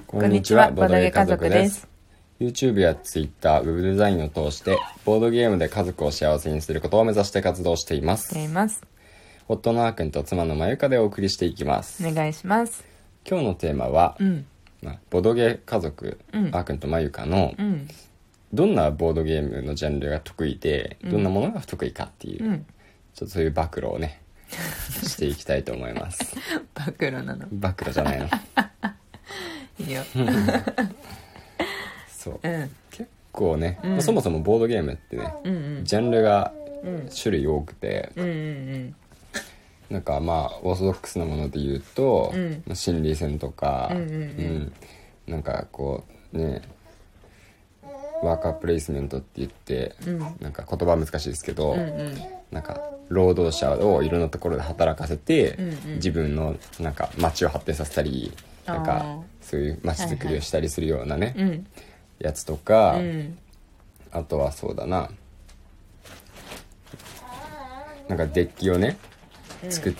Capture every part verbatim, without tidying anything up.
こんにちは、ボードゲー家族です。 YouTube や Twitter、Web デザインを通してボードゲームで家族を幸せにすることを目指して活動しています。 しています。 夫のあーくんと妻のまゆかでお送りしていきます。 お願いします。 今日のテーマは、 うんまあ、ボードゲー家族、 うん、 あーくんとまゆかの、 うん、 どんなボードゲームのジャンルが得意で、 うん、 どんなものが不得意かっていう、 うん、 ちょっとそういう暴露をねしていきたいと思います。 暴露なの？ 暴露じゃないの。 いいよ。 そう、 うん、 結構ね、 うんまあそもそもボードゲームってね、 うんうん、 ジャンルがうん種類多くて、 うんうんうんなんかまあオーソドックスなもので言うと、 うんまあ心理戦とか、 うんうんうんなんかこうねワーカープレイスメントって言って、 うんなんか言葉難しいですけど、 うんうんなんか労働者をいろんなところで働かせて、 うんうん自分のなんか街を発展させたり、なんかあーそういう街づくりをしたりするようなね、 うんやつとか、 うんあとはそうだな、なんかデッキをね作って、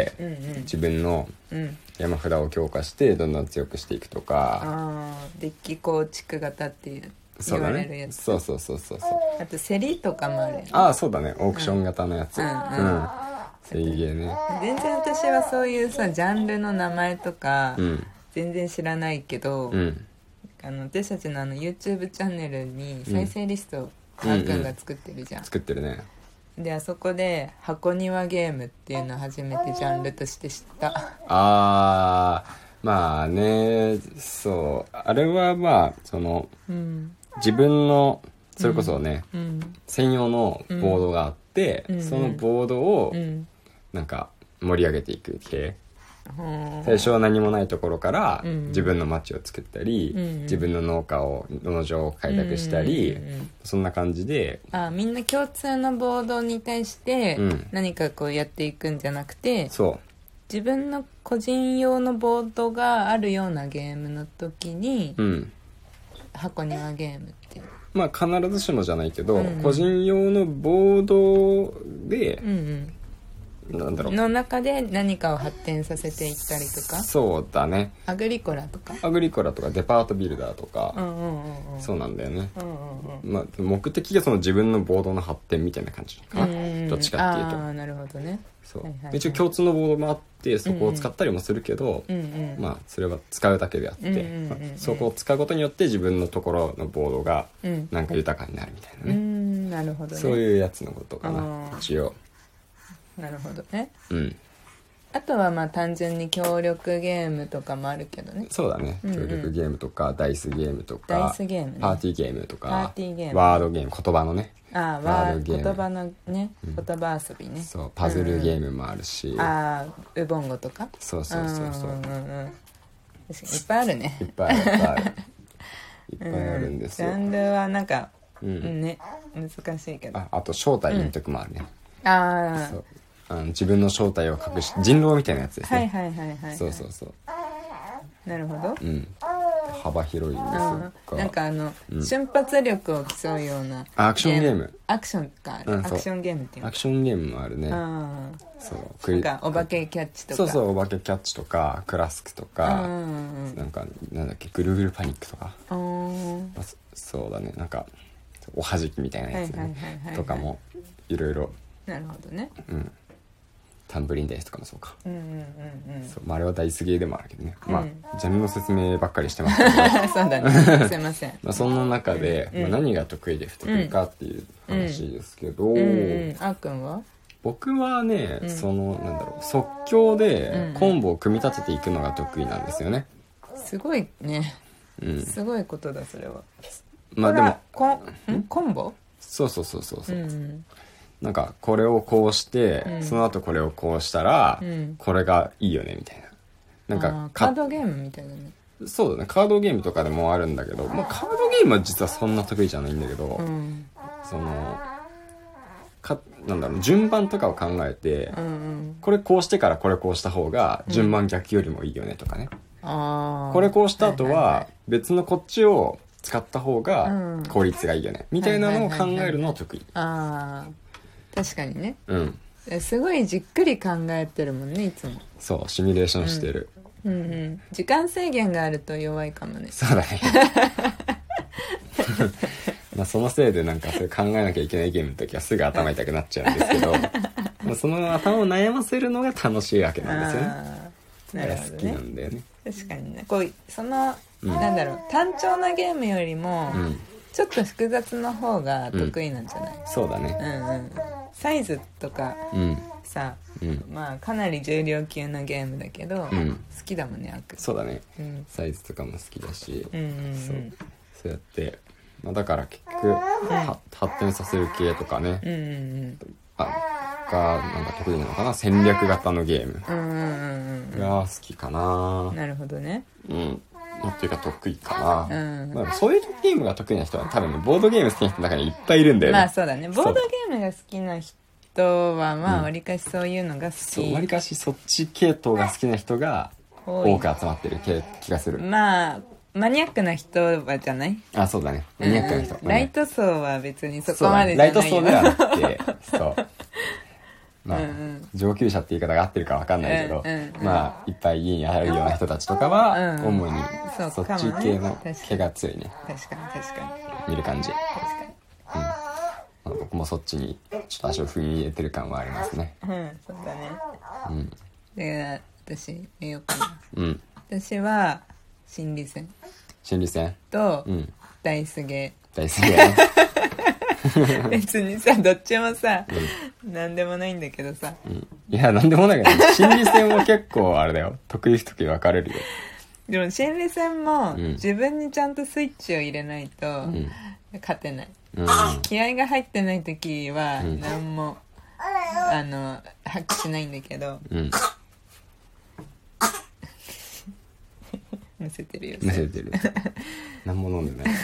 うんうん自分のうん山札を強化してどんどん強くしていくとか、 あーデッキ構築型っていうそうだ言われるやね、 つ。 そうそうそうそうそう、 あと競りとかもあるよね。 ああそうだね、オークション型のやつ、 うんうんうんそういうゲーね、 全然私はそういうさジャンルの名前とか、 うん全然知らないけど、 うんあの私たちのあの YouTube チャンネルに再生リストをあうんーくんが作ってるじゃん、 作ってるね。 であそこで箱庭ゲームっていうのを初めてジャンルとして知った。 あーまあね、そうあれはまあそのうん自分のそれこそね、 うん専用のボードがあって、 うんそのボードをうんなんか盛り上げていく系、 うん最初は何もないところからうん自分の町を作ったり、 うん自分の農家を農場を開拓したり、 うんうんうんそんな感じで、 あみんな共通のボードに対してうん何かこうやっていくんじゃなくて、 そ自分の個人用のボードがあるようなゲームの時に、 う、うん箱庭ゲームっていう、 まあ必ずしもじゃないけど、 うんうん個人用のボードでう、んうん、 なんだろう、 の中で何かを発展させていったりとか、 そうだね、 アグリコラとか、 アグリコラとかデパートビルダーとか、 うんうんうんうん、 そうなんだよね、 うんうんうん、 まあ、目的がその自分のボードの発展みたいな感じかな、 うんうんうん、 どっちかっていうと、 ああなるほどね、 そう、 はいはいはい、 一応共通のボードもあってそこを使ったりもするけど、 うんうん、 まあそれは使うだけであって、 うんうんうんうんまあそこを使うことによって自分のところのボードがうんなんか豊かになるみたいなうね、 んなるほどね、 そういうやつのことかなあー一応。 なるほどね。 うんあとはまあ単純に協力ゲームとかもあるけどね。 そうだね、 うんうん協力ゲームとかダイスゲームとダイかスゲームね。 パーティーゲームとかパーティーゲームワードゲーム、言葉のね、 ああワーワードゲーム言葉のね、 うん言葉遊びね。 そうパズルゲームもあるし、 ああウボンゴとか。 そうそうそうそう、 んうんうん。確かにいっぱいあるね。 いっぱいいっぱいあるいっぱいあるんですよ、 ジャンルはなんか、 うんね難しいけど。 ああと正体の時もあるね、 あそうあの自分の正体を隠し人狼みたいなやつですあね、 はいはいはいはい、はい。 そうそうそう、 なるほど。 うん、幅広いんですあが、 なんかあの、 うん瞬発力を競うようなアクションゲームアクションか、 うんそうアクションゲームっていうのアクションゲームもあるね、 あそうあクリなんかお化けキャッチとかそうそうお化けキャッチとかクラスクとうんか、 うんうんなんかなんだっけぐるぐるパニックとか、 うんまあそそうだね、なんかおはじきみたいなやつはいはいねはいはいはいとかもいろいろ、 なるほどねうん、タンブリンダイスとかもそうか、 うんうんうんうんそうまあ、あれはダイスゲーでもあるけどね、まうんあジャンルの説明ばっかりしてますけどそうだねすいませんまあそんな中で、 うんまあ、何が得意で不得意かっていう話ですけど、 うんうんあーくんは僕はね、 うんそのなんだろう即興でうんコンボを組み立てていくのが得意なんですよね、 すごいねうん、 すごいことだそれはまあでもコンんコンボそうそうそうそうそう、 うんなんかこれをこうして、 うんその後これをこうしたら、 うんこれがいいよねみたいな、なんあーカかかードゲームみたいだねそうだね、カードゲームとかでもあるんだけど、まあ、カードゲームは実はそんな得意じゃないんだけど、 うんそのかなんだろう順番とかを考えて、 うんうんこれこうしてからこれこうした方が順番逆よりもいいよねとかね、 ああこれこうした後いいは別のこっちを使った方がうん効率がいいよね、みたいなのを考えるのは得意。 ああ確かにねうんすごいじっくり考えてるもんねいつもそうシミュレーションしてる、 うんうん、時間制限があると弱いかもね。 そうだねまあそのせいでなんかそれ考えなきゃいけないゲームの時はすぐ頭痛くなっちゃうんですけどまあその頭を悩ませるのが楽しいわけなんですよね。 なるほどね。 好きなんだよね。 確かにね、こうその、うん、なんだろう、単調なゲームよりも、うん、ちょっと複雑の方が得意なんじゃない？ うん、そうだね、 うんうん、サイズとか、うん、さ、うん、まあかなり重量級なゲームだけど、うん、好きだもんね、アク。 そうだね、うん、サイズとかも好きだし、うんうんうん、そう、そうやって、まあ、だから結局、うん、発展させる系とかね、うんうんうん、あがなんか得意なのかな、戦略型のゲームが好きかな。 なるほどね。 うん。っていうか得意かな。うん、まあ、そういうゲームが得意な人は多分ね、ボードゲーム好きな人の中にいっぱいいるんだよね。 まあそうだね。ボードゲームが好きな人はまあわりかしそういうのが好き。 そう、わりかしそっち系統が好きな人が多く集まってる気がする。 まあマニアックな人はじゃない？ あ、そうだね。マニアックな人。 うん、ライト層は別にそこまでじゃないよ。 ライト層ではなくて、そう。まあ、うんうん、上級者って言い方が合ってるか分かんないけど、うんうんうん、まあいっぱい家にあるような人たちとかは、うん、主にそっち系の毛が強いね。 確かに確かに見る感じ。確かに、うん、まあ、僕もそっちにちょっと足を踏み入れてる感はありますね。 うん、そうだね。うん。で、私言おうかな。 うん。 私は心理戦。 心理戦と、うん、ダイスゲー。ダイスゲーね。 別にさ、どっちもさ、うん、なんでもないんだけどさ、 うん、いやなんでもないけど心理戦も結構あれだよ、得意不得意分かれるよ。 でも心理戦も、うん、自分にちゃんとスイッチを入れないと、うん、勝てない、うん、気合が入ってない時は何も、うん、あの発揮しないんだけど、うん、むせてるよ。 むせてる何も飲んでない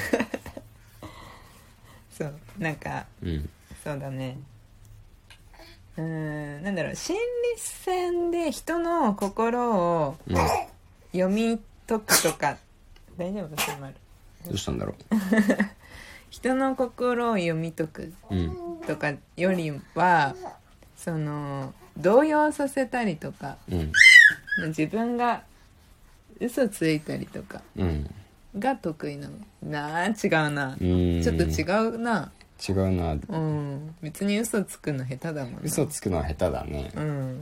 そうなんか、うん、そうだね、うーん、なんだろう、心理戦で人の心を読み解くとか、うん、大丈夫？それもある。 どうしたんだろう人の心を読み解くとかよりは、うん、その動揺させたりとか、うん、自分が嘘ついたりとか、うんが得意なの。なあ、違うな。ちょっと違うな。 違うな。 うん。別に嘘つくの下手だもんな。 嘘つくのは下手だね。 うん。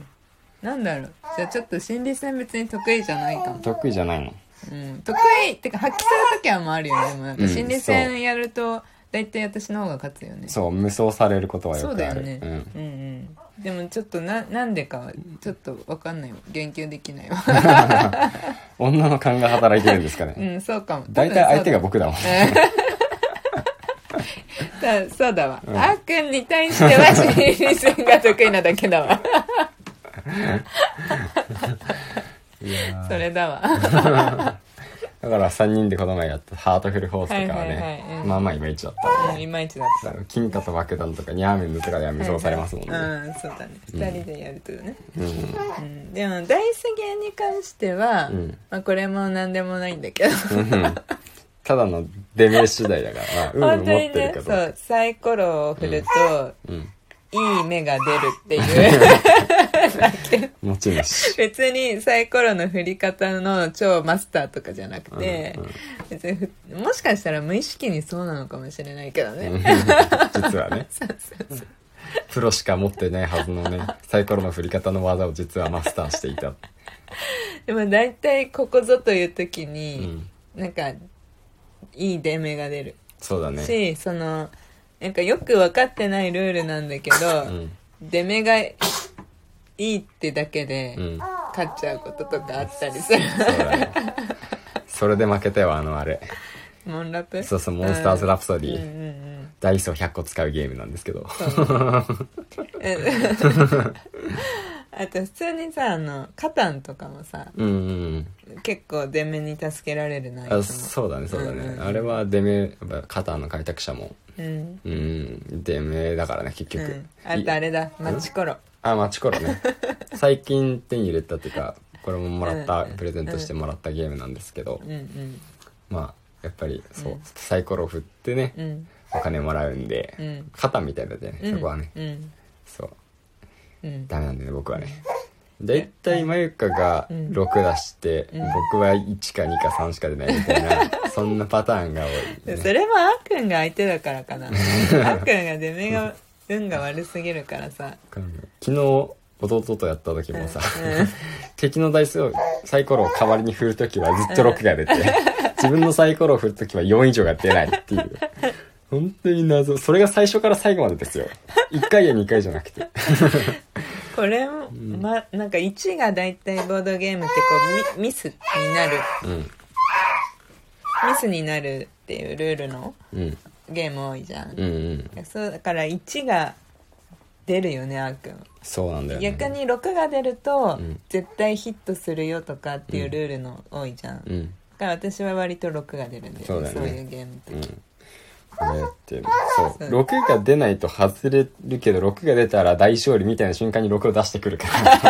なんだろう。じゃあちょっと心理戦別に得意じゃないかも。 得意じゃないの。 うん。得意ってか発揮するときはもあるよね。でもなんか心理戦やると、大体私の方が勝つよね。 そう、無双されることはよくある。 そうだよね。うん、うんうんでもちょっとな、なんでかはちょっと分かんないわ。言及できないわ。 女の勘が働いてるんですかね。 うん、そうかも。 大体相手が僕だもん。 そうそうだわ。うん、あーくんに対しては心理戦が得意なだけだわ。いやそれだわ。 だからさんにんでこの前やったハートフルホースとかはね、はいはいはいうん、まあまあいまいちだった、 ね、うん、いまいちだった。 金貨と爆弾とかニャーメンズとかでは無双されますもんね。 はいはい、うん、そうだね。ふたりでやるとね。うん。うん、でもダイスゲーに関しては、うん、まあこれもなんでもないんだけど。 ただの出目次第だから、まあ、運を持ってるかどうか。 そう、サイコロを振ると、うんうんいい目が出るっていうだけ持ち主別にサイコロの振り方の超マスターとかじゃなくて、うんうん、別にもしかしたら無意識にそうなのかもしれないけどね、うん、 実はねそうそうそうプロしか持ってないはずのねサイコロの振り方の技を実はマスターしていた。 でも大体ここぞという時に、うん、なんかいい出目が出る。 そうだねしそのなんかよく分かってないルールなんだけど、うん、出目がいいってだけで勝っちゃうこととかあったりする、うん、そうだね。 それで負けたよあのあれモンラプそうそうモンスターズラプソディ、うんうんうん、ダイスをひゃっこ使うゲームなんですけどあと普通にさあのカタンとかもさ、うんうん、結構出目に助けられるな。 あそうだねそうだね、うんうん、あれは出目カタンの開拓者もうん、うん、出目だからね結局、うん、 あとあれだマチコロ、 あマチコロね最近手に入れたっていうかこれももらった、うん、プレゼントしてもらったゲームなんですけど、うんうん、まあやっぱりそう、うん、サイコロ振ってね、うん、お金もらうんで、うん、カタンみたいだったよね、うん、そこはね、うん、そう、うん、ダメなんだよね僕はね。 だいたいまゆかがろく出して、うん、僕はいちかにかさんしか出ないみたいなそんなパターンが多い、ね、 それもあっくんが相手だからかなあっくんが出目が運が悪すぎるからさ昨日弟とやった時もさ、うん、敵のダイスをサイコロを代わりに振る時はずっとろくが出て、うん、自分のサイコロを振る時はよん以上が出ないっていう本当に謎。それが最初から最後までですよ。いっかいやにかいじゃなくてこれも、うん、ま、なんかいちがだいたいボードゲームってこう ミ, ミスになる、うん、ミスになるっていうルールのゲーム多いじゃん、うんうん、そうだからいちが出るよね、あーくん。 そうなんだよね。 逆にろくが出ると、うん、絶対ヒットするよとかっていうルールの多いじゃん、うん、だから私は割とろくが出るんだよね、そうだよね、そういうゲームの時、うんこれっていうのそう、ろくが出ないと外れるけどろくが出たら大勝利みたいな瞬間にろくを出してくる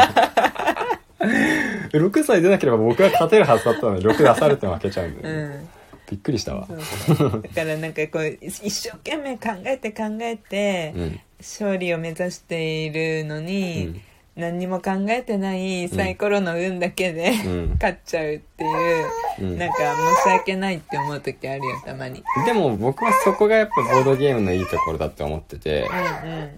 からろくさえ出なければ僕は勝てるはずだったのにろく出されて負けちゃうんだよね、うん、びっくりしたわ。 そうそうだからなんかこう一生懸命考えて考えて、うん、勝利を目指しているのに、うん何にも考えてないサイコロの運だけで、うん、勝っちゃうっていう、うん、なんか申し訳ないって思う時あるよたまに。 でも僕はそこがやっぱボードゲームのいいところだって思ってて、うんうん、や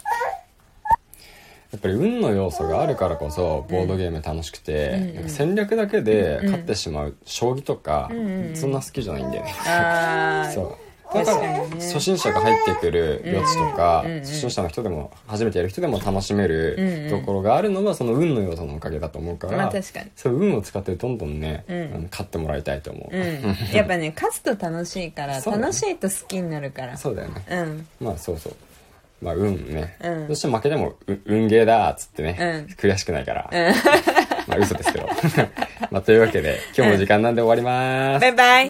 っぱり運の要素があるからこそボードゲーム楽しくて、うん、なんか戦略だけで勝ってしまう将棋とか、うんうん、そんな好きじゃないんだよね、うんうん、そうだから初心者が入ってくる余地とか、うんうんうん、初心者の人でも初めてやる人でも楽しめるところがあるのはその運の要素のおかげだと思うから、 まあ、確かにそういう運を使ってどんどんね、うん、勝ってもらいたいと思う、うん、 やっぱね勝つと楽しいから、ね、楽しいと好きになるからそうだよね、うん、まあそうそうまあ運ね、うん、そして負けても運ゲーだっつってね、うん、悔しくないから、うん、まあ嘘ですけどまあというわけで今日も時間なんで終わります、 バイバイ。